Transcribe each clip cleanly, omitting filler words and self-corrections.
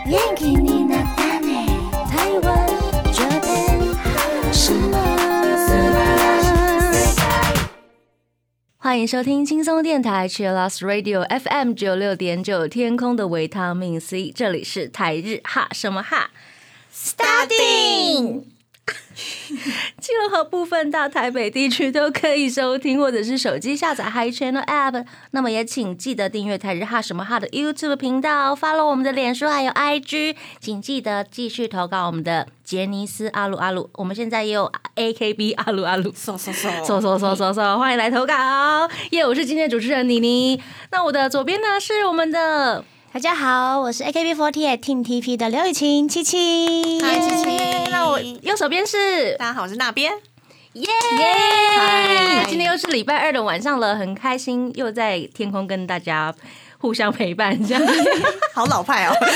元気になったね台湾这边什么欢迎收听轻松电台 Cheerless Radio FM 96.9天空的维他命 C， 这里是台日哈什么哈 Starting 基隆和部分大台北地区都可以收听，或者是手机下载 Hi Channel App。那么也请记得订阅台日哈什么哈的 YouTube 频道 ，follow 我们的脸书还有 IG， 请记得继续投稿我们的杰尼斯阿鲁阿鲁。我们现在也有 AKB 阿鲁阿鲁，欢迎来投稿。我是今天的主持人妮妮。那我的左边呢是我们的。 大家好，我是 AKB48 Team TP 的刘雨晴七七。 嗨，七七。 那我右手边是大家好，我是那边。 耶！今天又是礼拜二的晚上了，很开心又在天空跟大家互相陪伴，这样好老派哦， 超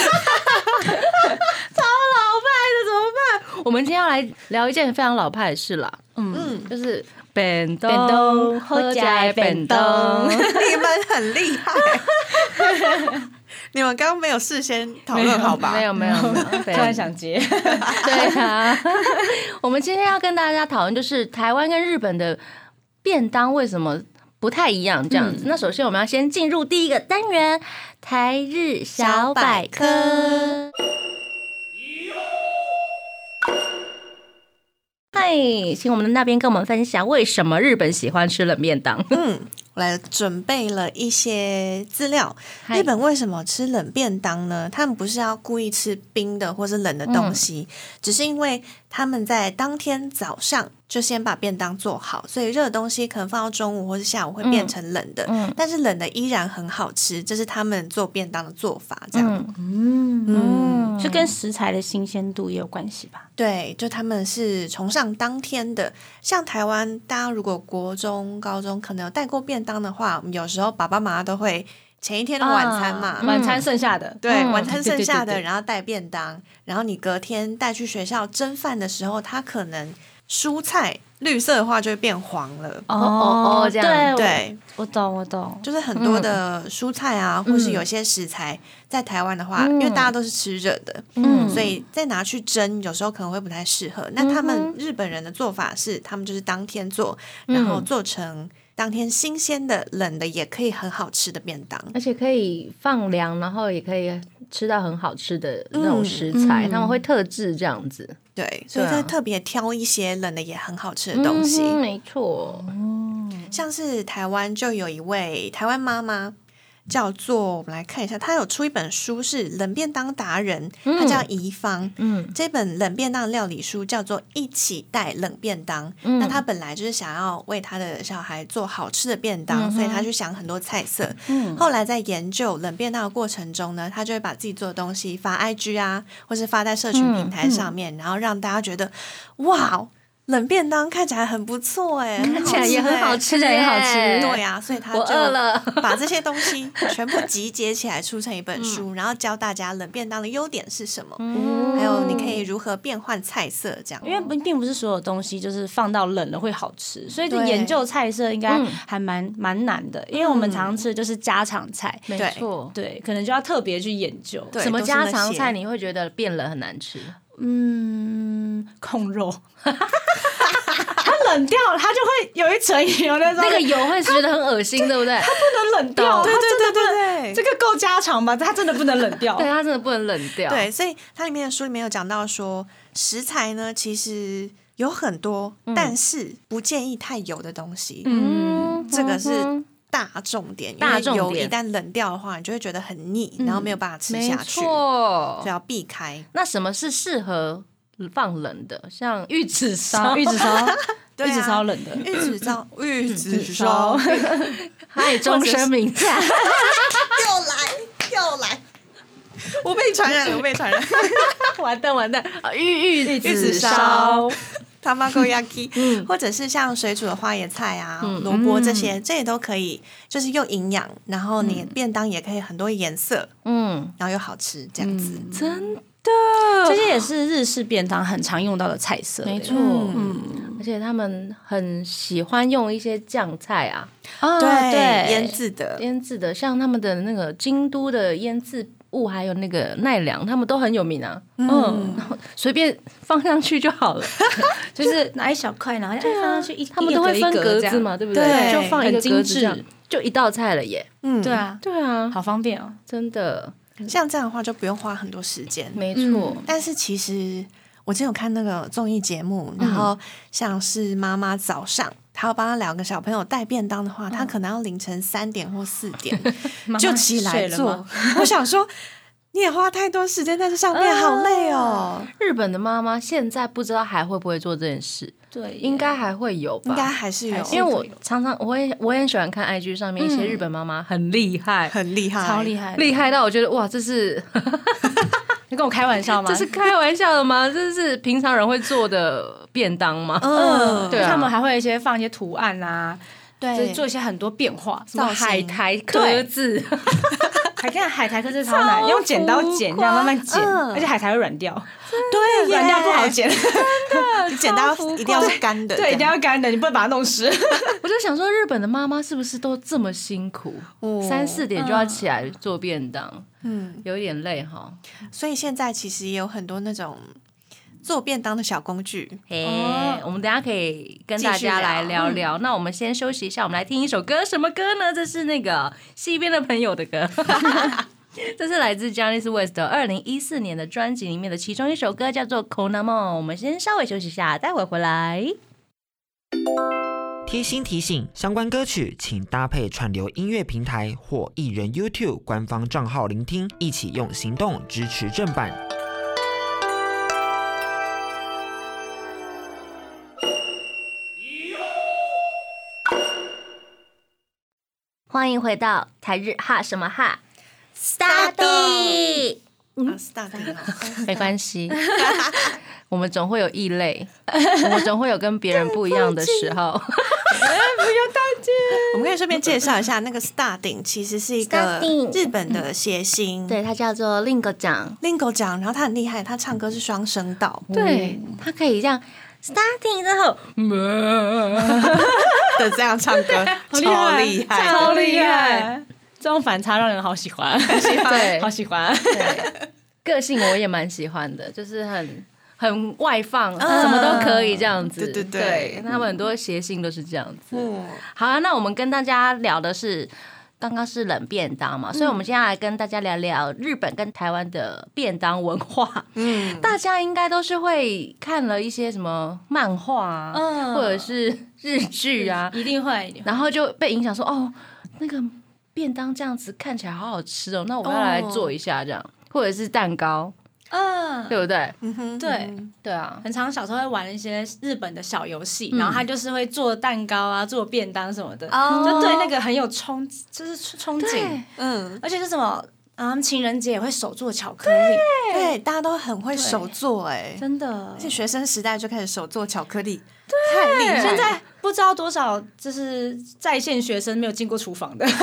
老派的怎么办？我们今天要来聊一件非常老派的事啦，就是便当，好吃的便当， 你们很厉害。你们刚刚没有事先讨论好吧？ 没有， 突然想接。 对啊，我们今天要跟大家讨论，就是台湾跟日本的便当为什么不太一样这样子。那首先我们要先进入第一个单元——台日小百科。嗨，请我们的那边跟我们分享为什么日本喜欢吃冷便当。 我来准备了一些资料。日本为什么吃冷便当呢？他们不是要故意吃冰的或是冷的东西，只是因为他们在当天早上就先把便当做好，所以热的东西可能放到中午或是下午会变成冷的，但是冷的依然很好吃，这是他们做便当的做法。这样， 就跟食材的新鲜度也有关系吧？ 对，就他们是崇尚当天的。像台湾，大家如果国中、高中可能有带过便当的话，我们有时候爸爸妈妈都会前一天的晚餐嘛， 晚餐剩下的， 对，晚餐剩下的，然后带便当，然后你隔天带去学校蒸饭的时候，它可能蔬菜绿色的话就会变黄了。 这样对， 我懂， 就是很多的蔬菜啊，或是有些食材在台湾的话，因为大家都是吃热的，所以再拿去蒸，有时候可能会不太适合。那他们日本人的做法是，他们就是当天做，然后做成当天新鲜的冷的也可以很好吃的便当， 而且可以放凉，然后也可以吃到很好吃的那种食材，他们会特制这样子。 对，所以再特别挑一些冷的也很好吃的东西。 没错， 像是台湾就有一位台湾妈妈。叫做我们来看一下，他有出一本书是冷便当达人，他叫宜芳。这本冷便当料理书叫做一起带冷便当。那他本来就是想要为他的小孩做好吃的便当，所以他去想很多菜色。后来在研究冷便当的过程中呢，他就会把自己做的东西发 IG 啊，或是发在社群平台上面，然后让大家觉得哇，冷便当看起来很不错看起来也很好吃，也好吃。 对啊，所以他就饿了， 把这些东西全部集结起来出成一本书，然后教大家冷便当的优点是什么，还有你可以如何变换菜色这样。 因为并不是所有东西就是放到冷了会好吃，所以就研究菜色应该还蛮难的。因为我们常吃的就是家常菜， 没错， 对，可能就要特别去研究。 什么家常菜你会觉得变冷很难吃？ 控肉。它冷掉了，它就会有一层油，那个油会觉得很恶心，对不对？ 它不能冷掉， 对， 这个够家常吧？它真的不能冷掉， 对，它真的不能冷掉。 对，所以它里面的书里面有讲到说，食材呢其实有很多，但是不建议太油的东西。这个是大重点，因为油一旦冷掉的话，你就会觉得很腻，然后没有办法吃下去，所以要避开。 那什么是适合放冷的？像玉子烧， 玉子烧冷的， 玉子烧， 还有终身名价， 又来，我被传染了， 完蛋，玉子烧。 Tamagoyaki，或者是像水煮的花椰菜啊、萝卜这些都可以，就是又营养，然后你便当也可以很多颜色，然后又好吃，这样子， 真的， 这些也是日式便当很常用到的菜色， 没错，而且他们很喜欢用一些酱菜啊， 对，腌制的， 像他们的那个京都的腌制物还有那个奈良，他们都很有名啊。然后随便放上去就好了， 就是拿一小块，然后放上去他们都会分格子嘛，对不对？ 对， 就放一个格子这样，就一道菜了耶。 对啊， 对啊， 好方便哦， 真的。 像这样的话就不用花很多时间， 没错。 但是其实我之前有看那个综艺节目，然后像是妈妈早上她要帮2个小朋友带便当的话，她可能要凌晨3点或4点就起来做。我想说，你也花太多时间在这上面，好累哦。 日本的妈妈现在不知道还会不会做这件事。 对， 应该还会有吧， 应该还是有， 因为我常常我也很喜欢看 IG 上面一些日本妈妈很厉害， 很厉害， 超厉害， 厉害到我觉得哇，这是你跟我开玩笑吗？ 这是开玩笑的吗？这是平常人会做的便当吗？对啊， 他们还会放一些图案啊， 对， 就是做一些很多变化， 什么海苔壳子。 海苔可是超难，用剪刀剪，这样慢慢剪，而且海苔会软掉。 对， 软掉不好剪， 真的， 剪刀一定要是干的， 对，一定要干的，你不能把它弄湿。 我就想说，日本的妈妈是不是都这么辛苦？3、4点就要起来做便当，有一点累哈。 所以现在其实也有很多那种做便当的小工具， 我们等一下可以跟大家来聊聊。那我们先休息一下，我们来听一首歌，什么歌呢？这是那个西边的朋友的歌，这是来自 Johnny West 2014年的专辑里面的其中一首歌，叫做《Konamo》。我们先稍微休息一下，待会回来。 贴心提醒：相关歌曲请搭配串流音乐平台或艺人 YouTube 官方账号聆听，一起用行动支持正版。 欢迎回到台日哈什么哈 ，Study。没关系，我们总会有异类，我们总会有跟别人不一样的时候。 不要大姐， 我们可以顺便介绍一下，那个 Study 其实是一个日本的谐星， 对，它叫做 Lingo 奖 ，Lingo 奖，然后他很厉害，他唱歌是双声道， 对，他可以这样 Starting 之后的这样唱歌，超厉害， 超厉害。这种反差让人好喜欢， 对， 好喜欢。 对，个性我也蛮喜欢的，就是很外放，什么都可以这样子。对，他们很多谐星都是这样子。好啊，那我们跟大家聊的是刚刚是冷便当嘛，所以我们接下来跟大家聊聊日本跟台湾的便当文化。大家应该都是会看了一些什么漫画啊，或者是日剧啊， 一定会， 然后就被影响说哦，那个便当这样子看起来好好吃哦，那我要来做一下这样，或者是蛋糕，对不对？对啊， 很常小时候会玩一些日本的小游戏，然后他就是会做蛋糕啊，做便当什么的，就对那个很有憧憬，而且是什么情人节也会手做巧克力， 对，大家都很会手做， 真的， 而且学生时代就开始手做巧克力，太厉害， 现在不知道多少就是在线学生没有进过厨房的，真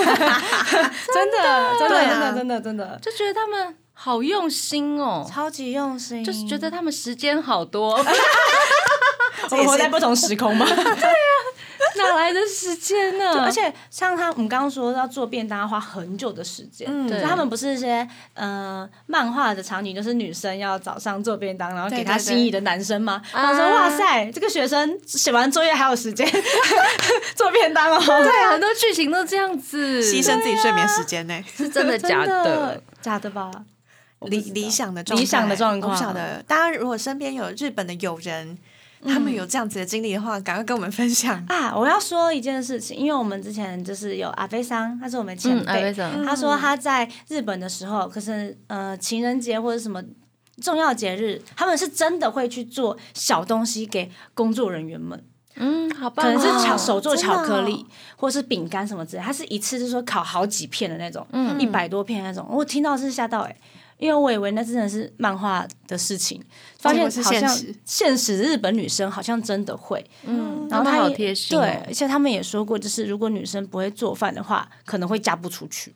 的， 就觉得他们好用心哦， 超级用心， 就是觉得他们时间好多。 我们活在不同时空吗？对啊，哪来的时间呢？ 而且像我们刚刚说要做便当要花很久的时间，所以他们不是一些漫画的场景，就是女生要早上做便当，然后给她心仪的男生吗？然后说哇塞，这个学生写完作业还有时间做便当哦。 对，很多剧情都这样子， 牺牲自己睡眠时间呢， 是真的假的？ 假的吧？ 理想的状况， 我不晓得。大家如果身边有日本的友人，他们有这样子的经历的话，赶快跟我们分享啊！我要说一件事情，因为我们之前就是有阿飞桑，他是我们前辈，他说他在日本的时候，可是情人节或者什么重要节日，他们是真的会去做小东西给工作人员们。 好棒！ 可能是手做巧克力，或是饼干什么之类，他是一次就是说烤好几片的那种，100多片那种。我听到是吓到因为我以为那真的是漫画的事情，发现好像现实日本女生好像真的会， 然后他好贴心， 对，而且他们也说过，就是如果女生不会做饭的话，可能会嫁不出去。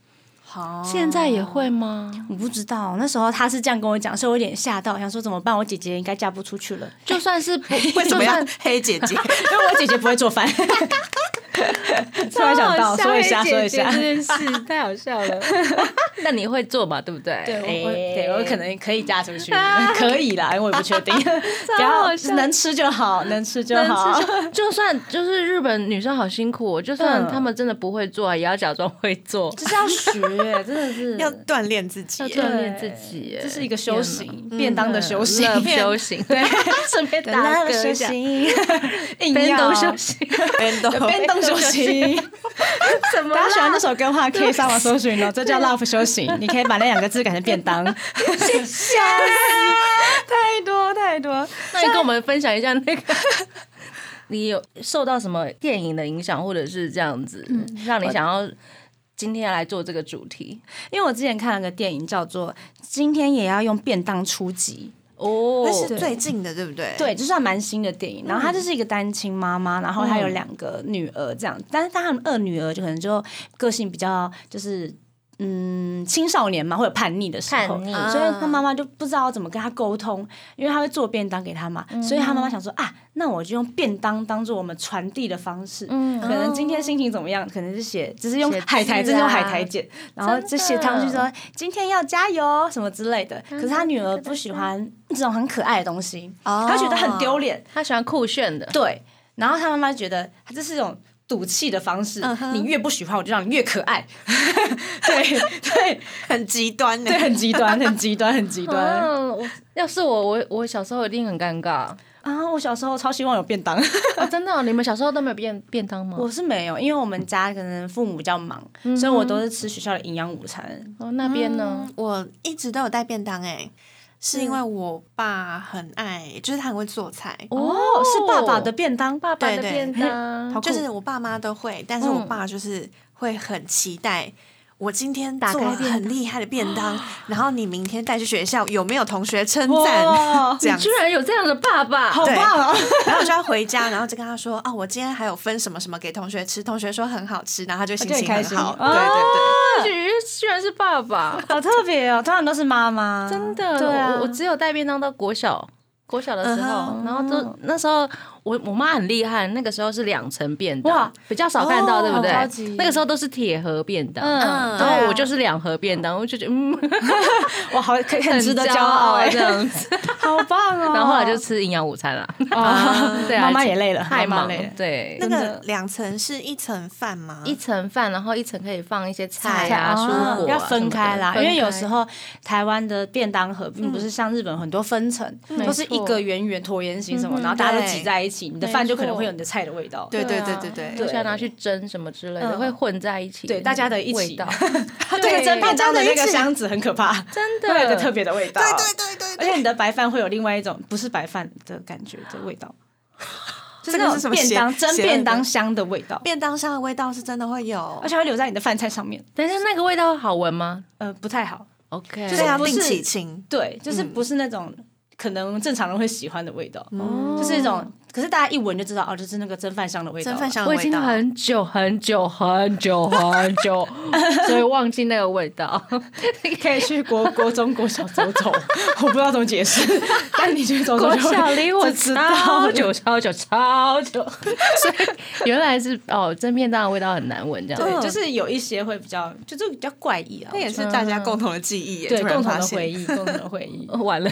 现在也会吗？ 我不知道，那时候他是这样跟我讲，所以我有点吓到，想说怎么办？我姐姐应该嫁不出去了。 就算是为什么要黑姐姐？ 因为我姐姐不会做饭。突然想到，说一下这件事，太好笑了。那你会做嘛？对不对？ 对，我可能可以嫁出去，可以啦，因为我也不确定。不要能吃就好，能吃就好。 就算就是日本女生好辛苦，就算她们真的不会做，也要假装会做， 就是要学，真的是要锻炼自己， 要锻炼自己， 这是一个修行，便当的修行， 修行，对，顺便打歌一下， 便当修行， 便当修行。 什么？ 大家喜欢这首歌的话，可以上网搜寻哦，这叫 Love 修行。你可以把那2个字改成便当。谢谢，太多。 那你跟我们分享一下那个。你有受到什么电影的影响，或者是这样子，让你想要今天来做这个主题？ 因为我之前看了个电影叫做《今天也要用便当出击》。 那是最近的，对不对？ 对，就算蛮新的电影。然后她就是一个单亲妈妈，然后她有2个女儿这样，但是她们2女儿就可能就个性比较就是青少年嘛，会有叛逆的时候，所以她妈妈就不知道怎么跟她沟通，因为她会做便当给她嘛，所以她妈妈想说啊，那我就用便当当做我们传递的方式，可能今天心情怎么样，可能是写，只是用海苔，真的用海苔剪，然后就写上去说今天要加油什么之类的。可是她女儿不喜欢这种很可爱的东西，她觉得很丢脸， 她喜欢酷炫的， 对，然后她妈妈觉得这是一种赌气的方式，你越不喜欢我就让你越可爱。对， 很极端， 对，很极端。 要是我小时候一定很尴尬啊！我小时候超希望有便当。 真的你们小时候都没有便当吗？ 我是没有，因为我们家可能父母比较忙，所以我都是吃学校的营养午餐。 那边呢？ 我一直都有带便当是因为我爸很爱，就是他很会做菜。 是爸爸的便当， 爸爸的便当， 就是我爸妈都会，但是我爸就是会很期待我今天做很厉害的便当，然后你明天带去学校，有没有同学称赞？这样你居然有这样的爸爸， 好棒哦！ 然后我就要回家，然后就跟他说啊，我今天还有分什么什么给同学吃，同学说很好吃，然后他就心情很好。对， 居然是爸爸， 好特别哦！通常都是妈妈， 真的。对啊，我只有带便当到国小的时候，然后那时候我妈很厉害，那个时候是2层便当，哇，比较少看到，对不对？那个时候都是铁盒便当，然后我就是2盒便当，我就觉得哇，好可以很值得骄傲这样子，好棒哦！ 然后后来就吃营养午餐了，对啊， 妈妈也累了， 太忙了，对。 那个2层是1层饭吗 ？1层饭，然后1层可以放一些菜啊、蔬果， 要分开啦，因为有时候台湾的便当盒并不是像日本很多分层，都是一个圆圆椭圆形什么，然后大家都挤在一起，你的饭就可能会有你的菜的味道。 对， 就像拿去蒸什么之类的，会混在一起。 对，大家的一起味道。 对，蒸便当的那个箱子很可怕， 真的会有一个特别的味道。 对， 而且你的白饭会有另外一种不是白饭的感觉的味道。 这个是什么？ 便当蒸便当香的味道， 便当香的味道是真的会有， 而且会留在你的饭菜上面。 但是那个味道好闻吗？ 不太好。 OK， 就是要定期清。 对，就是不是那种可能正常人会喜欢的味道，就是一种。可是大家一闻就知道哦，就是那个蒸饭香的味道。 蒸饭香的味道， 我已经很久，所以忘记那个味道。 可以去国中、国小走走，我不知道怎么解释，但你去走走国小离我超久，所以原来是蒸便当的味道很难闻，这样。 对，就是有一些会比较，就是比较怪异啊。 那也是大家共同的记忆， 对，共同的回忆， 完了。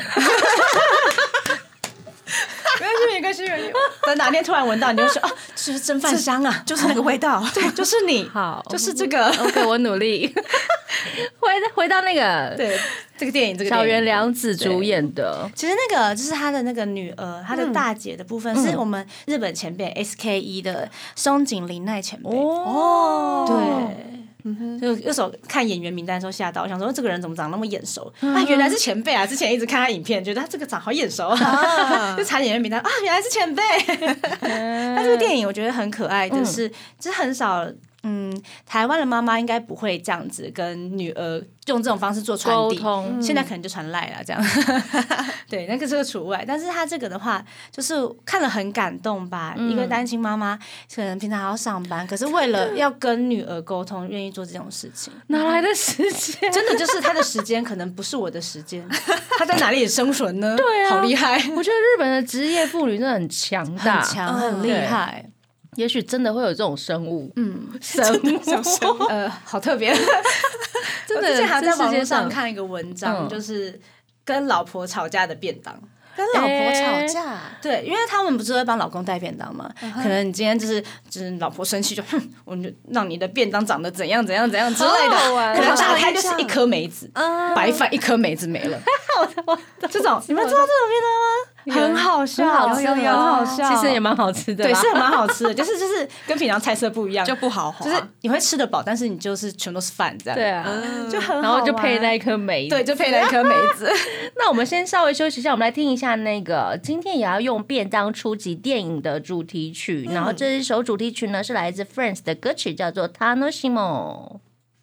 没关系，等哪天突然闻到，你就说这是蒸饭香啊， 就是那个味道， 对，就是你， 好， 就是这个。 OK， 我努力。回到那个， 对，这个电影， 小原凉子主演的， 其实那个就是他的那个女儿，他的大姐的部分是我们日本前辈 SKE 的松井玲奈前辈。对。就有时候看演员名单的时候吓到，想说这个人怎么长那么眼熟啊？原来是前辈啊！之前一直看他影片，觉得他这个长好眼熟啊，就查演员名单啊，原来是前辈。他这个电影我觉得很可爱的是，就是很少台湾的妈妈应该不会这样子跟女儿用这种方式做传递，现在可能就传赖了这样。对，那个是个除外。但是他这个的话，就是看了很感动吧。一个单亲妈妈可能平常还要上班，可是为了要跟女儿沟通，愿意做这种事情。 哪来的时间？ 真的就是他的时间可能不是我的时间，他在哪里生存呢？ 对啊， 好厉害！ 我觉得日本的职业妇女真的很强大， 很强，很厉害。 也许真的会有这种生物，生物， 好特别。 真的， 我之前还在网络上看一个文章，就是跟老婆吵架的便当。 跟老婆吵架， 对，因为他们不是会帮老公带便当吗？可能你今天就是老婆生气就我就让你的便当长得怎样怎样怎样之类的，可能打开就是一颗梅子，白饭一颗梅子没了。这种你们知道这种便当吗？很好笑， 有很好笑， 其实也蛮好吃的， 对，是蛮好吃的，就是跟平常菜色不一样， 就不豪华， 就是你会吃得饱，但是你就是全都是饭这样， 对啊， 就很好玩， 然后就配那一颗梅子， 对，就配那一颗梅子。 那我们先稍微休息一下，我们来听一下那个今天也要用便当初级电影的主题曲，然后这一首主题曲呢是来自 Friends 的歌曲，叫做 Tanoshimo。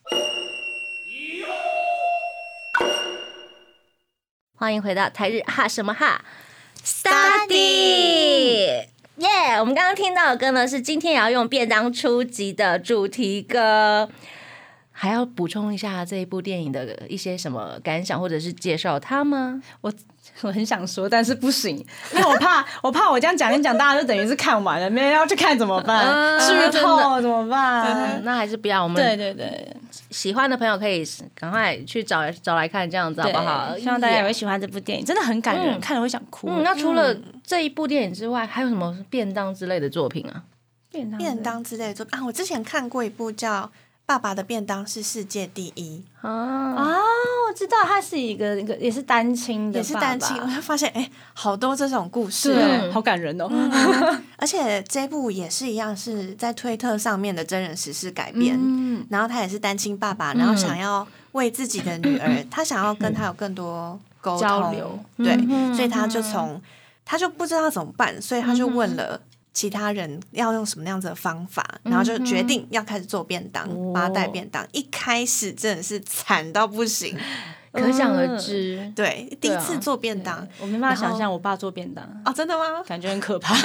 欢迎回到台日哈什么哈 Study。耶！我们刚刚听到的歌呢，是今天也要用便当初级的主题歌。还要补充一下这一部电影的一些什么感想，或者是介绍它吗？ 我很想说，但是不行，因为我怕我这样讲一讲，大家就等于是看完了，没人要去看怎么办？剧透怎么办？ 那还是不要。我们对， 喜欢的朋友可以赶快去找来看，这样子好不好？ 希望大家也会喜欢这部电影，真的很感人，看了会想哭。 那除了这一部电影之外，还有什么便当之类的作品啊？ 便当之类的作品啊，我之前看过一部叫《爸爸的便当是世界第一》 我知道他是一个也是单亲的爸爸， 也是单亲，我就发现好多这种故事， 好感人哦。 而且这部也是一样，是在推特上面的真人实事改编，然后他也是单亲爸爸，然后想要为自己的女儿，他想要跟他有更多沟通交流， 对，所以他就不知道怎么办，所以他就问了其他人要用什么样子的方法，然后就决定要开始做便当，帮他带便当。一开始真的是惨到不行， 可想而知。 对，第一次做便当， 我没办法想象我爸做便当哦，真的吗？ 感觉很可怕。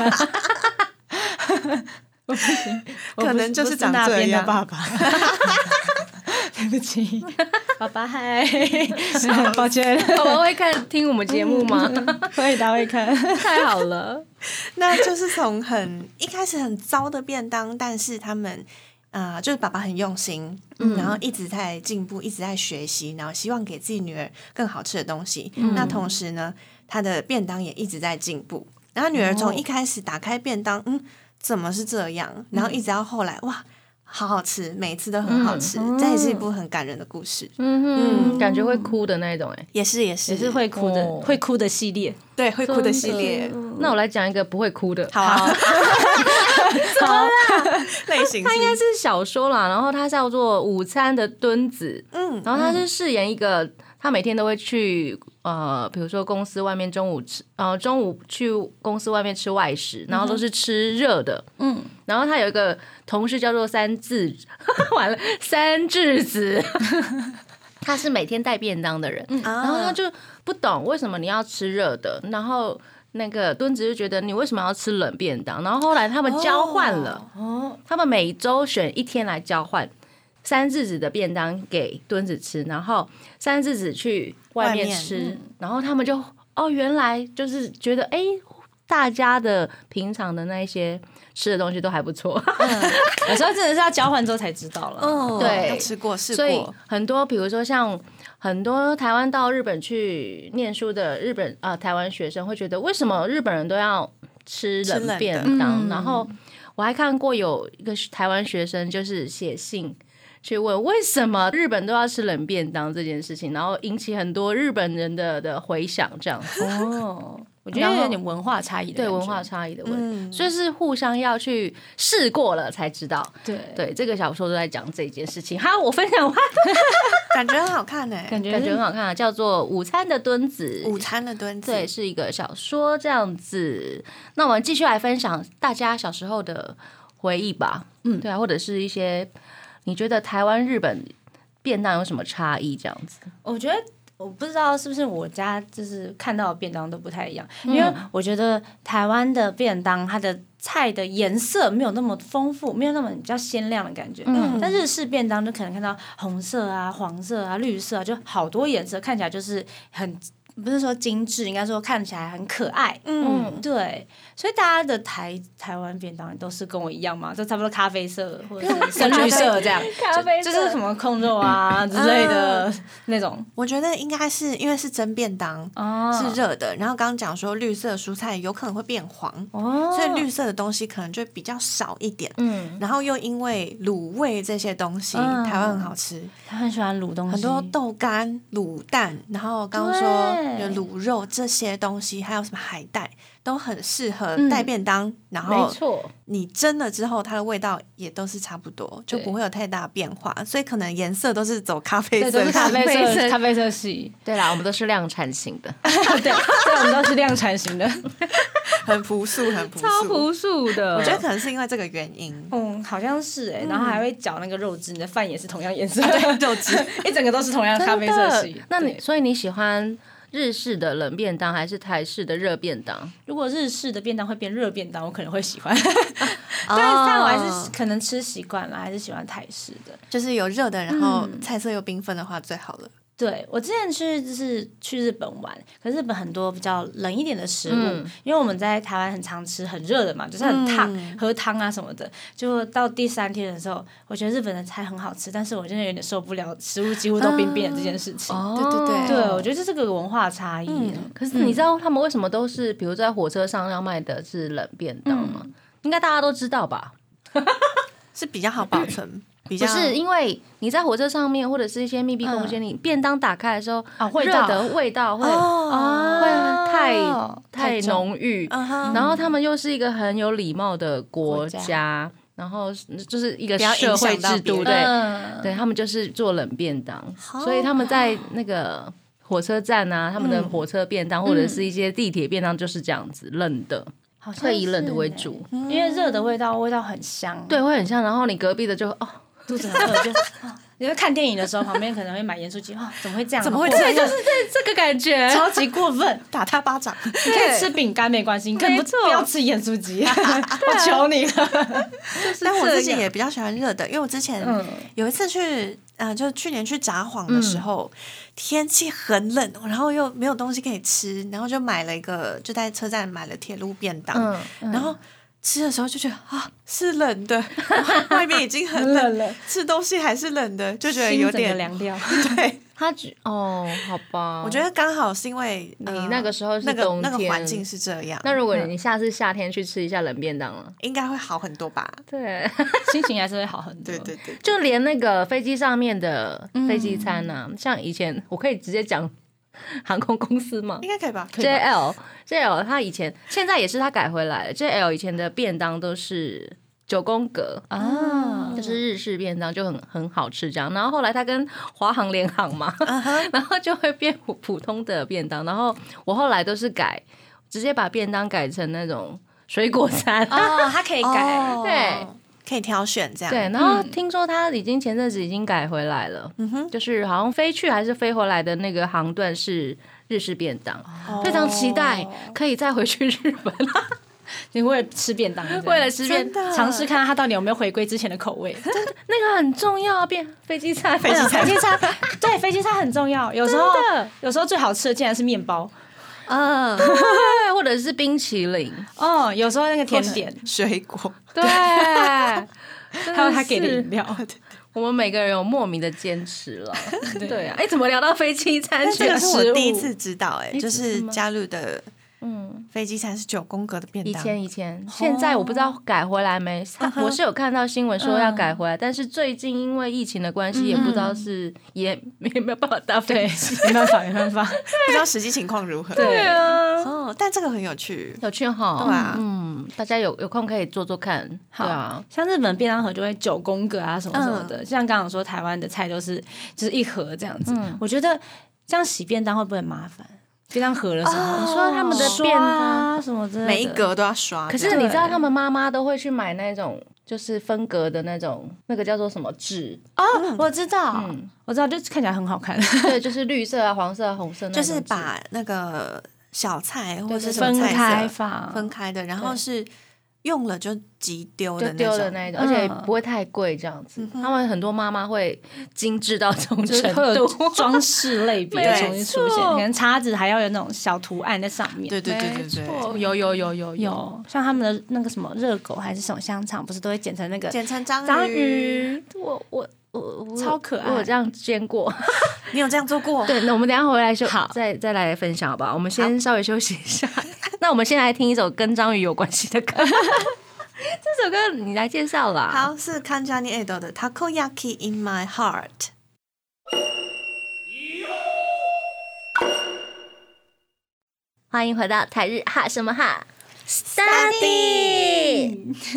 我不行， 可能就是长这样。 爸爸，对不起，爸爸嗨，抱歉。 爸爸会听我们节目吗？ 会的，会看。 太好了。 那就是从一开始很糟的便当，但是他们就是爸爸很用心，然后一直在进步，一直在学习，然后希望给自己女儿更好吃的东西。那同时呢，他的便当也一直在进步。然后女儿从一开始打开便当，怎么是这样？然后一直到后来，哇，好好吃，每次都很好吃。这也是一部很感人的故事。 感觉会哭的那种， 也是会哭的，会哭的系列。 对，会哭的系列。 那我来讲一个不会哭的。 好啊。 怎么啦？ 类型它应该是小说啦，然后它叫做《午餐的墩子》。然后他是饰演一个，他每天都会去比如说公司外面中午去公司外面吃外食，然后都是吃热的。然后他有一个同事叫做三智子。他是每天带便当的人，然后他就不懂为什么你要吃热的，然后那个墩子就觉得你为什么要吃冷便当，然后后来他们交换了，他们每周选一天来交换，三智子的便当给墩子吃，然后三智子去外面吃，然后他们就原来就是觉得大家的平常的那一些吃的东西都还不错。 有时候真的是要交换之后才知道了。 对， 要吃过试过。 所以很多比如说像很多台湾到日本去念书的台湾学生会觉得，为什么日本人都要吃冷便当？然后我还看过有一个台湾学生就是写信去问为什么日本都要吃冷便当这件事情，然后引起很多日本人的回响，这样子。 我觉得有点文化差异的， 对文化差异的问题，所以是互相要去试过了才知道。对，这个小说都在讲这件事情。好，我分享完， 感觉很好看感觉很好看啊，叫做《午餐的墩子》。 午餐的墩子， 对，是一个小说这样子。那我们继续来分享大家小时候的回忆吧。对啊，或者是一些你觉得台湾、日本便当有什么差异这样子？ 我觉得我不知道是不是我家就是看到的便当都不太一样，因为我觉得台湾的便当它的菜的颜色没有那么丰富，没有那么比较鲜亮的感觉。但日式便当就可能看到红色啊、黄色啊、绿色啊，就好多颜色，看起来就是很。不是说精致，应该说看起来很可爱。对，所以大家的台湾便当都是跟我一样嘛，就差不多咖啡色或者是深绿色这样， 咖啡色就是什么控肉啊之类的那种。 我觉得应该是因为是蒸便当，是热的，然后刚刚讲说绿色蔬菜有可能会变黄，所以绿色的东西可能就比较少一点。然后又因为卤味这些东西，台湾很好吃， 他很喜欢卤东西， 很多豆干、卤蛋，然后刚刚说有卤肉这些东西，还有什么海带，都很适合带便当。然后， 没错， 你蒸了之后，它的味道也都是差不多，就不会有太大变化。所以可能颜色都是走咖啡色， 咖啡色系。 对啦，我们都是量产型的。 对，我们都是量产型的， 很朴素， 超朴素的。 我觉得可能是因为这个原因。 好像是然后还会搅那个肉汁，你的饭也是同样颜色的肉汁， 一整个都是同样咖啡色系。 那所以你喜欢日式的冷便当还是台式的热便当？ 如果日式的便当会变热便当，我可能会喜欢。但我还是可能吃习惯了，还是喜欢台式的， 就是有热的，然后菜色又缤纷的话最好了。 对，我之前就是去日本玩，可是日本很多比较冷一点的食物，因为我们在台湾很常吃很热的嘛，就是很烫，喝汤啊什么的。就到第3天的时候，我觉得日本的菜很好吃，但是我真的有点受不了食物几乎都冰冰的这件事情。对，我觉得这是个文化差异。 可是你知道他们为什么都是，比如在火车上要卖的是冷便当吗？应该大家都知道吧？ 是比较好保存。 不是因为你在火车上面或者是一些密闭空间里，便当打开的时候，热的味道会太浓郁，然后他们又是一个很有礼貌的国家，然后就是一个社会制度，对，他们就是做冷便当，所以他们在那个火车站啊，他们的火车便当或者是一些地铁便当就是这样子冷的。会以冷的为主， 因为热的味道很香， 对，会很香。然后你隔壁的就肚子很饿，就你在看电影的时候，旁边可能会买盐酥鸡，怎么会这样？ 怎么会这样？ 就是这个感觉， 超级过分， 打他巴掌。 你可以吃饼干没关系，你可以不要吃盐酥鸡，我求你了。 但我自己也比较喜欢热的，因为我之前有一次去，就去年去札幌的时候，天气很冷，然后又没有东西可以吃，然后就买了一个，就在车站买了铁路便当，然后吃的时候就觉得是冷的，外面已经很冷了，吃东西还是冷的，就觉得有点凉掉。 对， 好吧。 我觉得刚好是因为你那个时候是冬天， 那个环境是这样。 那如果你下次夏天去吃一下冷便当了， 应该会好很多吧？ 对， 心情还是会好很多。 对， 就连那个飞机上面的飞机餐啊，像以前我可以直接讲航空公司吗？ 应该可以吧。 JL 他以前现在也是他改回来了。JL 以前的便当都是9宫格就是日式便当，就很好吃这样。然后后来他跟华航联航嘛，然后就会变普通的便当。然后我后来都是直接把便当改成那种水果餐它可以改， 对。 可以挑选这样。 对，然后听说他前阵子已经改回来了，就是好像飞去还是飞回来的那个航段是日式便当，非常期待可以再回去日本。 你为了吃便当， 为了吃便当， 尝试看看它到底有没有回归之前的口味。 那个很重要，飞机餐， 对，飞机餐很重要。有时候最好吃的竟然是面包。 或者是冰淇淋有时候那个甜点水果， 对， 还有他给的饮料， 我们每个人有莫名的坚持了。对啊，怎么聊到飞机餐？ 这个是我第一次知道，就是加入的。飞机餐是9宫格的便当。 以前，现在我不知道改回来没。我是有看到新闻说要改回来，但是最近因为疫情的关系，也不知道是也没有办法搭飞机， 没办法， 不知道实际情况如何。 对啊， 但这个很有趣， 哈。 对啊， 大家有空可以做做看。对啊， 像日本便当盒就会9宫格啊什么什么的，像刚刚说台湾的菜就是一盒这样子。我觉得这样洗便当会不会很麻烦？便当盒的时候， 你说他们的便当什么之类的， 每一格都要刷。 可是你知道他们妈妈都会去买那种就是分隔的那种，那个叫做什么纸哦，我知道，我知道，就看起来很好看。 对，就是绿色啊、黄色啊、红色那种， 就是把那个小菜或者是分开放分开的，然后是用了就即丢的那种，而且不会太贵这样子。他们很多妈妈会精致到这种程度， 装饰类别重新出现，可能叉子还要有那种小图案在上面。 对， 有，像他们的那个什么热狗还是什么香肠，不是都会剪成那个章鱼？ 我超可爱， 我有这样煎过。 你有这样做过？ 对，那我们等一下回来再来分享好不好？我们先稍微休息一下。那我们先来听一首跟章鱼有关系的歌。这首歌你来介绍啦。 好，是 Kanjani Edo 的 Takoyaki in My Heart。 欢迎回到台日哈什么哈 Study。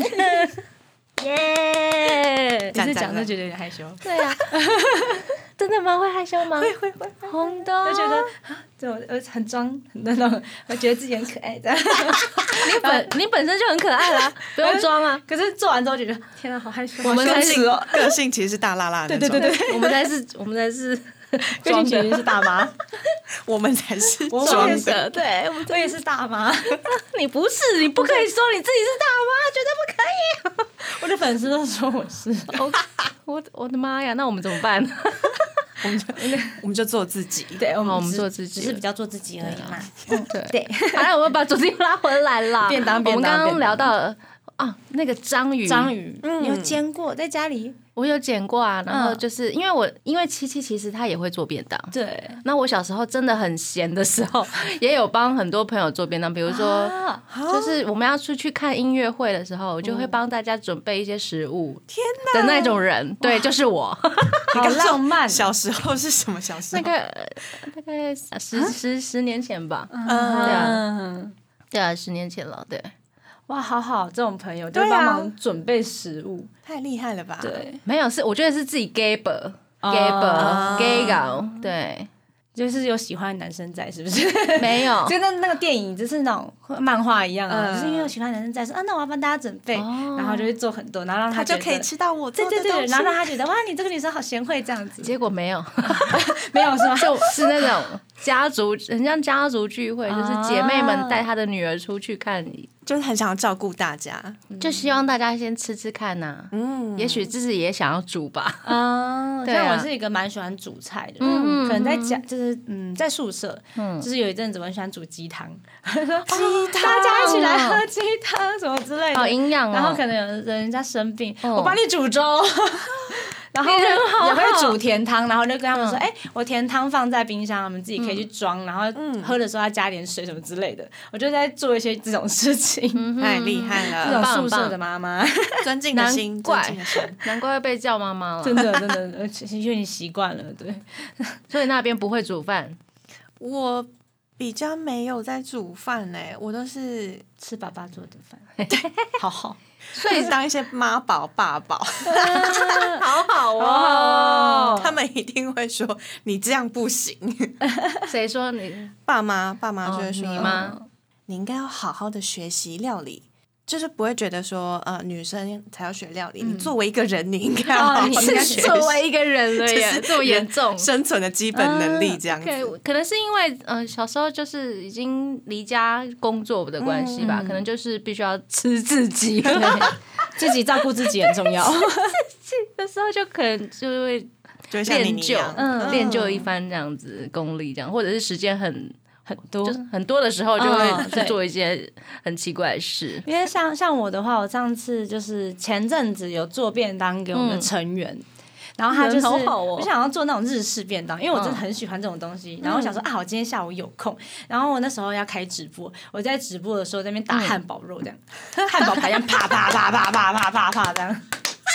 耶！ 只是讲就觉得有点害羞。 对啊，真的吗？会害羞吗？ 会。 红豆就觉得这我很装那种，我觉得自己很可爱的。 你本身就很可爱啦，不用装啊。 可是做完之后觉得天啊，好害羞。 我们才是个性其实是大辣辣的。 对， 我们才是个性其实是大妈， 我们才是装的。对， 我也是大妈。 你不是，你不可以说你自己是大妈，绝对不可以。 我的粉丝都说我是。 我的妈呀，那我们怎么办？ 我们就做自己。 对，我们做自己， 只是比较做自己而已嘛。 对。好了，我们把主题拉回来啦。 便当。 我们刚刚聊到了那个章鱼， 你有煎过在家里？ 我有剪过啊，然后就是因为七其实他也会做便当， 对。 那我小时候真的很闲的时候，也有帮很多朋友做便当，比如说就是我们要出去看音乐会的时候，我就会帮大家准备一些食物， 天哪的那种人，对，就是我， 好浪漫。 小时候是什么小时候？ 大概十年前吧，对啊，10年前了，对。 哇，好，这种朋友就帮忙准备食物， 太厉害了吧？ 对， 没有，我觉得是自己 gay 搞，对， 就是有喜欢的男生在，是不是？ 没有， 就那个电影就是那种漫画一样啊，就是因为有喜欢的男生在，说那我要帮大家准备，然后就会做很多，然后让他就可以吃到我做的东西， 对，然后让他觉得哇，你这个女生好贤惠这样子。 结果没有， 没有是吗？ 就是那种家族，很像家族聚会，就是姐妹们带她的女儿出去看。 就是很想要照顾大家， 就希望大家先吃吃看呐。也许自己也想要煮吧。 像我是一个蛮喜欢煮菜的，可能在家就是在宿舍，就是有一阵子我很喜欢煮鸡汤，大家一起来喝鸡汤什么之类的， 好营养哦。 然后可能有人家生病，我帮你煮粥。然后也会煮甜汤，然后就跟他们说，我甜汤放在冰箱，他们自己可以去装，然后喝的时候要加点水什么之类的。我就在做一些这种事情， 太厉害了！ 这种宿舍的妈妈， 尊敬的心， 难怪会被叫妈妈了。 真的，因为你习惯了，对。 所以那边不会煮饭， 我比较没有在煮饭我都是吃爸爸做的饭，好。 所以当一些妈宝爸宝， 好哦。 他们一定会说你这样不行。 谁说你？ 爸妈就会说你吗？ 你应该要好好的学习料理，就是不会觉得说女生才要学料理。你作为一个人，你应该要好好的学习。 作为一个人了耶，这么严重， 生存的基本能力这样子。 可能是因为小时候就是已经离家工作的关系吧，可能就是必须要吃自己， 自己照顾自己很重要。 自己的时候就可能就会练就一番这样子功力，这样或者是时间很多的时候，就会去做一些很奇怪的事。 因为像我的话，我上次就是前阵子有做便当给我们的成员。然后他就是，我想要做那种日式便当，因为我真的很喜欢这种东西。然后我想说我今天下午有空，然后我那时候要开直播，我在直播的时候在那边打汉堡肉这样，汉堡排这样啪啪啪啪啪啪啪啪这样。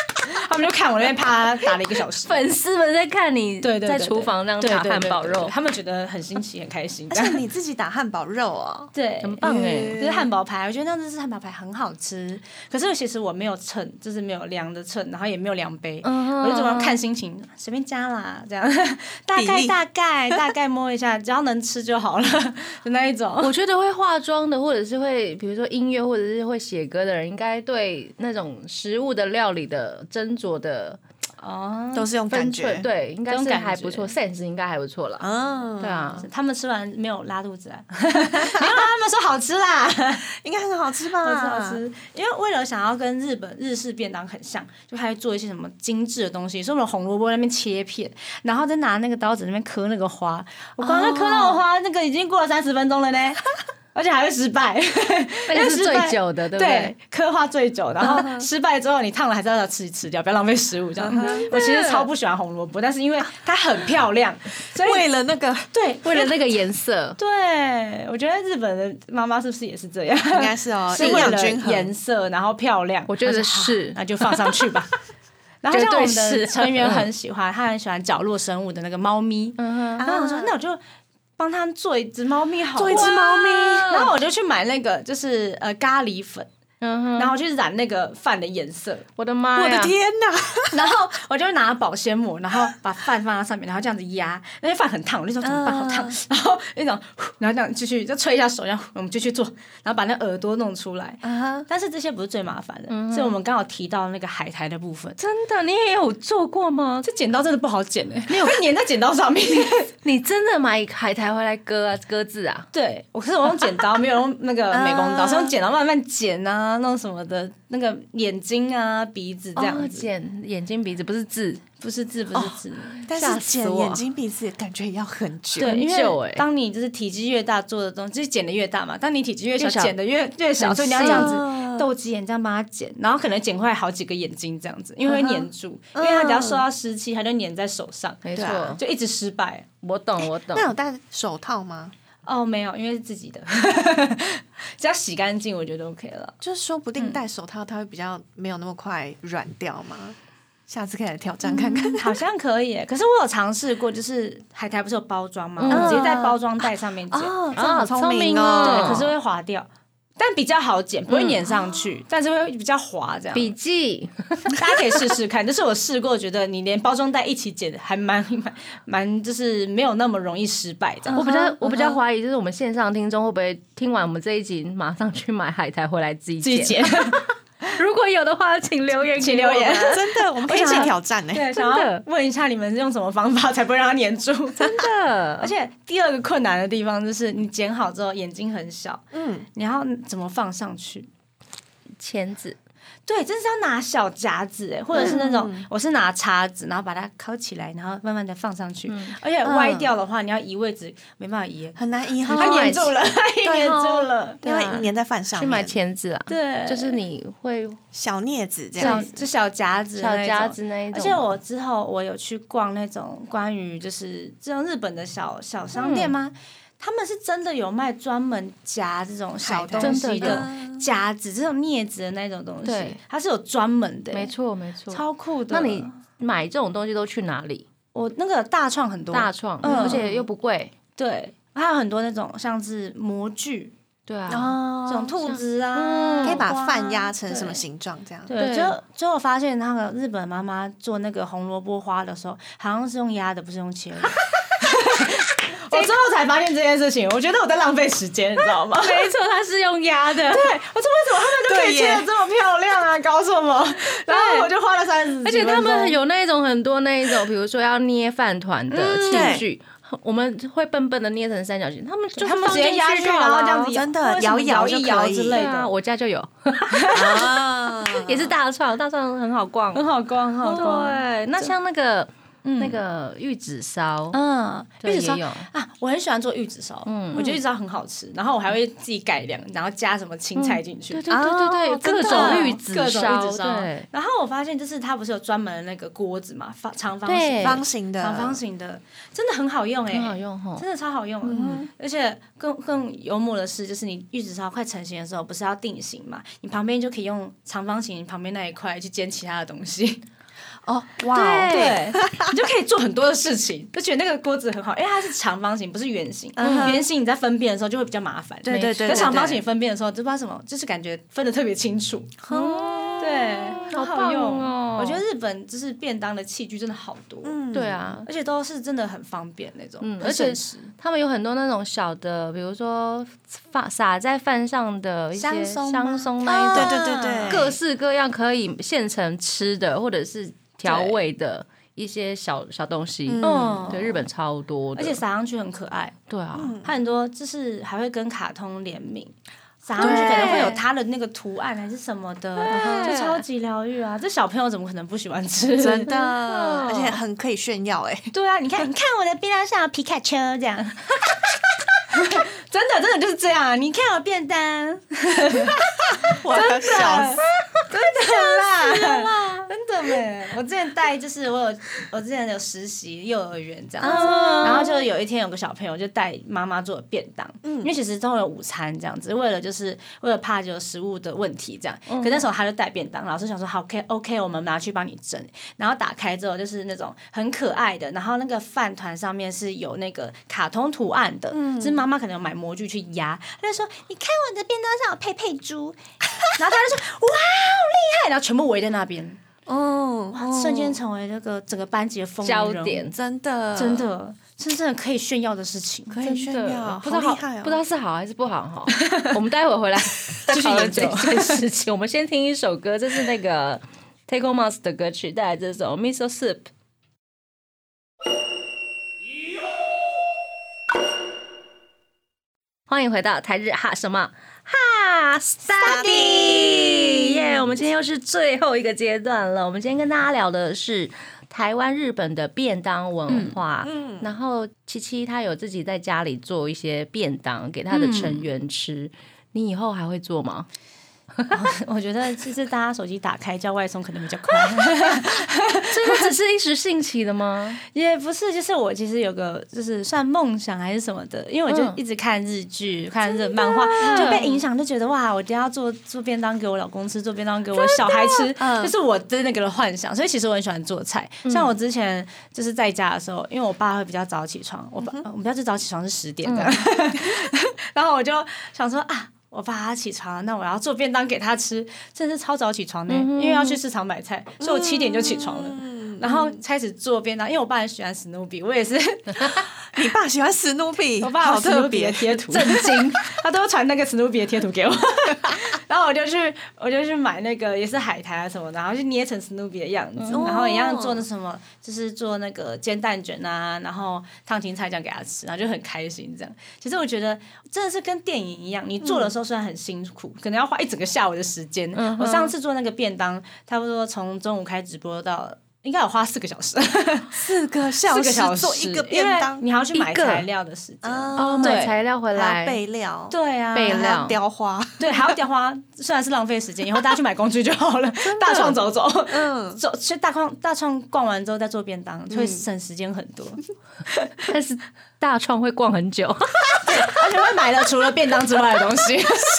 他们就看我那边啪打了1个小时。 粉丝们在看你对在厨房那样打汉堡肉， 他们觉得很新奇很开心。 而且你自己打汉堡肉哦， 对， 很棒哎， 就是汉堡排，我觉得那样子是汉堡排很好吃。可是其实我没有称，就是没有量的称，然后也没有量杯，我就怎么看心情随便加啦，这样大概摸一下，只要能吃就好了的那一种。 我觉得会化妆的，或者是会比如说音乐，或者是会写歌的人，应该对那种食物的料理的斟酌的都是用感觉， 对，应该是还不错 ，sense 应该还不错啦。对啊， 他们吃完没有拉肚子啊？没有，他们说好吃啦， 应该很好吃吧？ 好吃，因为为了想要跟日式便当很像，就还会做一些什么精致的东西，所以我们红萝卜在那边切片，然后再拿那个刀子那边刻那个花，我刚刚刻那个花，那个已经过了30分钟了呢。而且还会失败， 那个是最久的，对不对？ 刻画最久，然后失败之后你烫了还是要吃掉，不要浪费食物这样。我其实超不喜欢红萝卜，但是因为它很漂亮，所以为了那个为了那个颜色， 对，我觉得日本的妈妈是不是也是这样？ 应该是哦， 是为了颜色然后漂亮， 我觉得是， 那就放上去吧。然后像我们的成员很喜欢，他很喜欢角落生物的那个猫咪，然后我说那我就帮他们做一只猫咪好了， 做一只猫咪， 然后我就去买那个就是咖喱粉。然后去染那个饭的颜色， 我的妈呀！ 我的天哪！ 然后我就拿保鲜膜，然后把饭放在上面，然后这样子压，那些饭很烫，我就说怎么办？好烫！然后那种，然后这样继续就吹一下手，然后我们就去做，然后把那耳朵弄出来。但是这些不是最麻烦的，所以我们刚好提到那个海苔的部分。 真的，你也有做过吗？ 这剪刀真的不好剪你有粘在剪刀上面。 你真的买海苔回来割字啊？ 对，可是我用剪刀，没有用那个美工刀，是用剪刀慢慢剪啊，弄什么的，那个眼睛啊、鼻子这样子。 剪眼睛、鼻子不是字， 不是字， 但是剪眼睛、鼻子感觉也要很久。 对，因为当你就是体积越大做的东西，就是剪的越大嘛。当你体积越小，剪的越小，所以你要这样子斗鸡眼这样帮它剪，然后可能剪坏好几个眼睛这样子，因为会粘住，因为它只要受到湿气，它就粘在手上， 没错， 就一直失败。 我懂。 那有戴手套吗？ 哦，没有，因为是自己的，只要洗干净，我觉得 OK 了。 就是说不定戴手套，它会比较没有那么快软掉吗？下次可以来挑战看看。 好像可以，可是我有尝试过，就是海苔不是有包装吗？我直接在包装袋上面剪， 这好聪明哦。 对，可是会滑掉。但比较好剪，不会粘上去，但是会比较滑这样。 笔记， 大家可以试试看。就是我试过，觉得你连包装袋一起剪，还蛮，就是没有那么容易失败这样。 我比较怀疑，就是我们线上听众会不会听完我们这一集，马上去买海苔回来自己剪。如果有的话，请留言， 请留言。 真的，我们可以一起挑战呢。 对，想要问一下你们是用什么方法才不会让它粘住？ 真的。 而且第二个困难的地方就是你剪好之后眼睛很小，你要怎么放上去？ 钳子。 对，真是要拿小夹子或者是那种，我是拿叉子，然后把它烤起来，然后慢慢的放上去。而且歪掉的话，你要移位置，没办法移， 很难移， 它粘住了，它粘住了， 因为粘在饭上面。 去买钳子啊， 对， 就是你会小镊子这样， 就小夹子那一种。 而且我之后我有去逛那种关于就是这种日本的小商店吗？他们是真的有卖专门夹这种小东西的夹子，这种镊子的那种东西，它是有专门的， 没错， 超酷的。 那你买这种东西都去哪里？ 我那个大创很多， 而且又不贵。 对，还有很多那种像是模具， 对啊， 这种兔子啊， 可以把饭压成什么形状这样。 对，就我发现那个日本妈妈做那个红萝卜花的时候，好像是用压的，不是用切的。我之后才发现这件事情，我觉得我在浪费时间，你知道吗？ 没错，它是用压的。对，我说为什么他们就可以切得这么漂亮啊？搞什么？然后我就花了30几分钟。 而且他们有那种很多那一种，比如说要捏饭团的器具，我们会笨笨的捏成三角形，他们直接压去，然后这样子真的摇一摇之类的。 我家就有，也是大创很好逛， 很好逛。 对，那像那个玉子烧， 玉子烧啊，我很喜欢做玉子烧，我觉得玉子烧很好吃，然后我还会自己改良，然后加什么青菜进去， 对，各种玉子烧，对。 然后我发现就是它不是有专门的那个锅子嘛，长方形的，真的很好用很好用真的超好用。而且更幽默的是，就是你玉子烧快成型的时候，不是要定型嘛，你旁边就可以用长方形旁边那一块去煎其他的东西。 哦，哇， 对，你就可以做很多的事情，就觉得那个锅子很好，因为它是长方形，不是圆形。圆形你在分辨的时候就会比较麻烦， 对对对。 可长方形分辨的时候，就不知道什么，就是感觉分得特别清楚。对，好好用哦。 我觉得日本就是便当的器具真的好多， 对啊， 而且都是真的很方便那种， 而且他们有很多那种小的，比如说撒在饭上的一些香松那一种， 对， 各式各样可以现成吃的或者是调味的一些小东西。对，日本超多的， 而且撒上去很可爱。 对啊， 它很多就是还会跟卡通联名。撒上去可能会有它的那个图案还是什么的，就超级疗愈啊！这小朋友怎么可能不喜欢吃？ 真的，而且很可以炫耀哎。 对啊，你看我的便当上有皮卡丘这样，真的就是这样。你看我便当， 我要笑死， 真的啦，真的没。我之前带就是我之前有实习幼儿园这样子，然后就有一天有个小朋友就带妈妈做的便当，因为其实都有午餐这样子，为了怕有食物的问题这样。可那时候他就带便当，老师想说好 OK， 我们拿去帮你蒸。然后打开之后就是那种很可爱的，然后那个饭团上面是有那个卡通图案的，就是妈妈可能有买模具去压，他就说你看我的便当上有佩猪，然后他就说哇好厉害，然后全部围在那边。瞬间成为那个整个班级的风云人物焦点， 真的可以炫耀的事情， 可以炫耀， 不知道好厉害哦！ 不知道是好还是不好哈。我们待会回来继续研究这件事情。我们先听一首歌，这是那个 Take On Mas 的歌曲，带来这首 Miso Soup。欢迎回到台日哈什么哈 Study 耶！我们今天又是最后一个阶段了。我们今天跟大家聊的是台湾日本的便当文化，然后七七他有自己在家里做一些便当给他的成员吃，你以后还会做吗？ 我觉得其实大家手机打开叫外送可能比较快。 这个只是一时兴起的吗？ 也不是，就是我其实有个就是算梦想还是什么的，因为我就一直看日剧、看日漫画，就被影响，就觉得哇，我一定要做便当给我老公吃，做便当给我小孩吃，就是我的那个幻想。所以其实我很喜欢做菜，像我之前就是在家的时候，因为我爸会比较早起床，我们家最早起床是10点的，然后我就想说啊。我爸他起床了，那我要做便当给他吃，真的是超早起床的，因为要去市场买菜，所以我7点就起床了，然后开始做便当。因为我爸很喜欢史努比，我也是。 你爸喜欢史努比， 我爸有史努比的贴图，震惊，他都传那个史努比的贴图给我。然后我就去买那个也是海苔啊什么的，然后就捏成史努比的样子，然后一样做那什么，就是做那个煎蛋卷啊，然后烫青菜这样给他吃，然后就很开心这样。其实我觉得真的是跟电影一样，你做的时候虽然很辛苦，可能要花一整个下午的时间。我上次做那个便当，差不多从中午开直播到。应该有花4个小时 ，4个小时做一个便当， 你还要去买材料的时间买材料回来备料， 对啊， 备料雕花， 对，还要雕花，虽然是浪费时间，以后大家去买工具就好了。大创走，去大创逛完之后再做便当，会省时间很多。 但是大创会逛很久， 而且会买了除了便当之外的东西。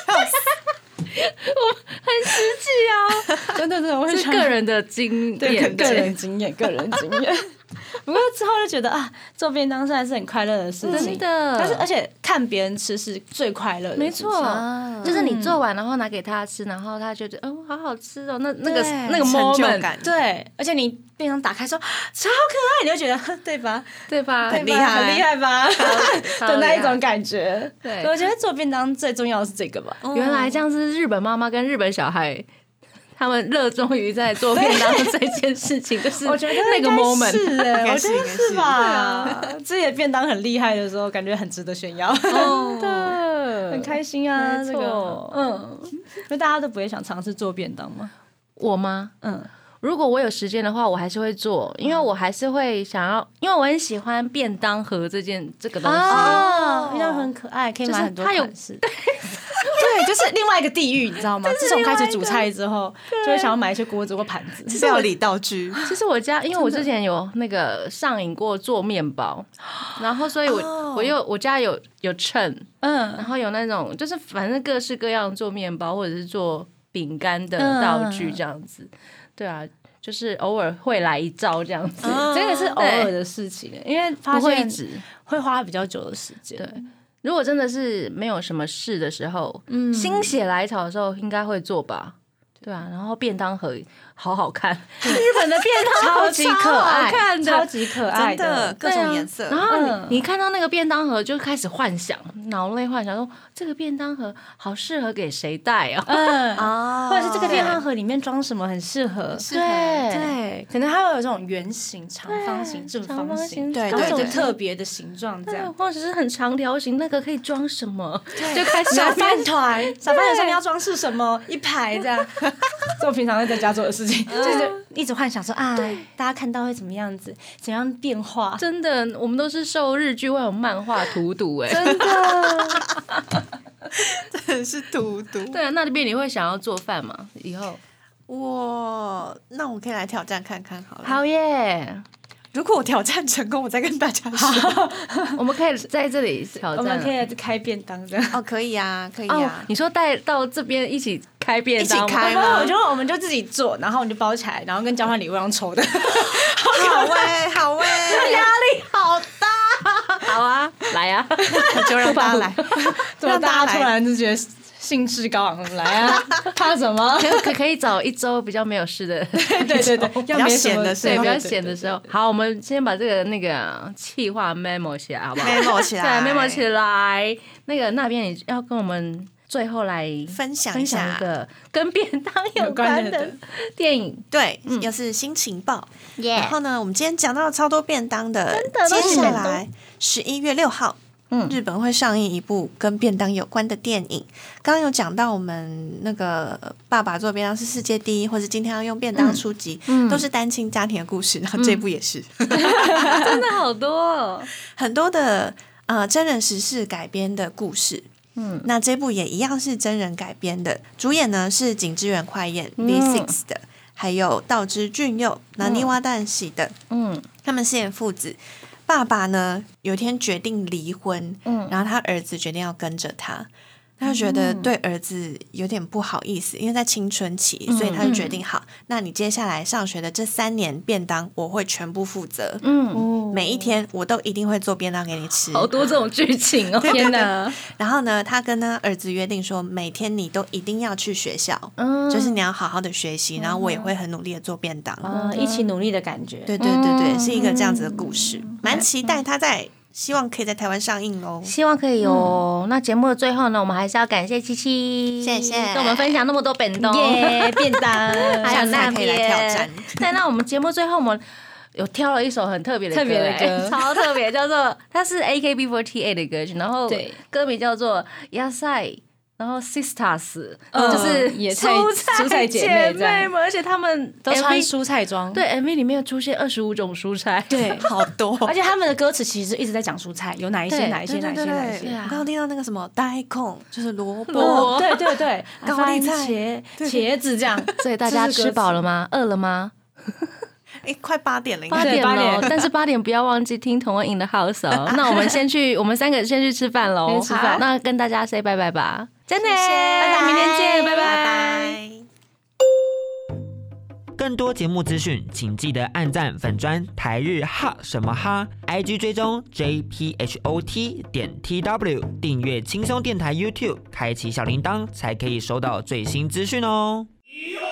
我很实际啊， 真的是个人的经验， 个人经验。不过之后就觉得啊，做便当虽然是很快乐的事情， 真的， 但是而且看别人吃是最快乐的事情。 没错，就是你做完然后拿给他吃，然后他觉得好好吃哦，那个 moment， 对，而且你便当打开说超可爱，你就觉得对吧？ 很厉害吧的那一种感觉。 对， 我觉得做便当最重要的是这个吧。 原来这样是日本妈妈跟日本小孩。他们热衷于在做便当这件事情，就是我觉得那个 moment， 是我觉得是吧？自己的便当很厉害的时候，感觉很值得炫耀， 真的很开心啊！ 没错， 因为大家都不会想尝试做便当吗？ 我吗？如果我有时间的话，我还是会做，因为我还是会想要，因为我很喜欢便当盒这个东西， 便当盒很可爱，可以买很多款式。 对， 就是另外一个地狱，你知道吗？自从开始煮菜之后，就会想要买一些锅子或盘子、 料理道具。 其实我家，因为我之前有那个上瘾过做面包，然后所以我家有秤，然后有那种就是反正各式各样做面包或者是做饼干的道具这样子。对啊， 就是偶尔会来一招这样子， 这个是偶尔的事情，因为发现会花比较久的时间。 对，如果真的是没有什么事的时候，心血来潮的时候，应该会做吧。对啊，然后便当盒好好看，日本的便当盒超级可爱， 看的超级可爱的，各种颜色。 然后你看到那个便当盒，就开始幻想，脑内幻想说这个便当盒好适合给谁带啊？ 或者是这个便当盒里面装什么很适合？对，可能它会有这种圆形、长方形、正方形， 对， 各种特别的形状，这样， 或者是很长条形，那个可以装什么？就开始小饭团，小饭团上面要装饰什么？一排这样。这我平常会在家做的事情，就是一直幻想说啊，大家看到会怎么样子，怎样变化？ 真的，我们都是受日剧或者漫画荼毒真的， 真的是荼毒。 对啊，那边你会想要做饭吗？以后那我可以来挑战看看好了。 好耶！ 如果我挑战成功，我再跟大家说。 我们可以在这里挑战， 我们可以开便当这样。 可以啊，可以啊。 你说带到这边一起开便当吗？ 一起开吗？ 我们就自己做，然后我们就包起来，然后跟交换礼物上抽的。 好喂，好喂， 压力好大。好啊，来啊， 就让大家来， 让大家突然就觉得兴致高昂，来啊，怕什么？ 可以找一周比较没有事的， 对， 比较闲的时候， 比较闲的时候。好，我们先把这个那个企划 memo 起来，好不好 ？memo 起来， 对 ，memo 起来。那边你要跟我们最后来分享一下一个跟便当有关的电影， 对，又是新情报。然后呢，我们今天讲到了超多便当的，接下来11月6号。日本会上映一部跟便当有关的电影。刚刚有讲到我们那个爸爸做便当是世界第一，或者今天要用便当出击，都是单亲家庭的故事。然后这部也是， 真的好多很多的真人实事改编的故事。那这部也一样是真人改编的，主演呢是井之原快彦 V6 的，还有道之俊佑、南洼蛋喜的，他们饰演父子。爸爸呢，有一天决定离婚，然后他儿子决定要跟着他，他就觉得对儿子有点不好意思，因为在青春期，所以他就决定好，那你接下来上学的这3年便当我会全部负责，每一天我都一定会做便当给你吃。 好多这种剧情哦， 天哪！ 然后呢，他跟他儿子约定说，每天你都一定要去学校，就是你要好好的学习，然后我也会很努力的做便当， 一起努力的感觉。 对，是一个这样子的故事，蛮期待他希望可以在台湾上映哦， 希望可以哦。那节目的最后呢，我们还是要感谢七七， 谢谢跟我们分享那么多便当， 便当， 还有那可以来挑战。 对，那我们节目最后我们有挑了一首很特别的歌，超特别，叫做它是 AKB48 的歌曲，然后歌名叫做 Yasai。然后 Sisters 就是蔬菜姐妹们，而且他们都穿蔬菜装。 对 MV 里面有出现25种蔬菜， 对， 好多。 而且他们的歌词其实一直在讲蔬菜，有哪一些。 我刚刚听到那个什么大控，就是萝卜， 对， 高丽菜、 茄子这样。 所以大家吃饱了吗？饿了吗？ 快8点了 ，8点了，但是8点不要忘记听同恩in the house哦。那我们3个先去吃饭喽。好，那跟大家 say 拜拜吧，真的，大家明天见，拜拜。 更多节目资讯，请记得按赞粉专台日哈什么哈 ，IG 追踪 JPHOT.TW， 订阅轻松电台 YouTube， 开启小铃铛，才可以收到最新资讯哦。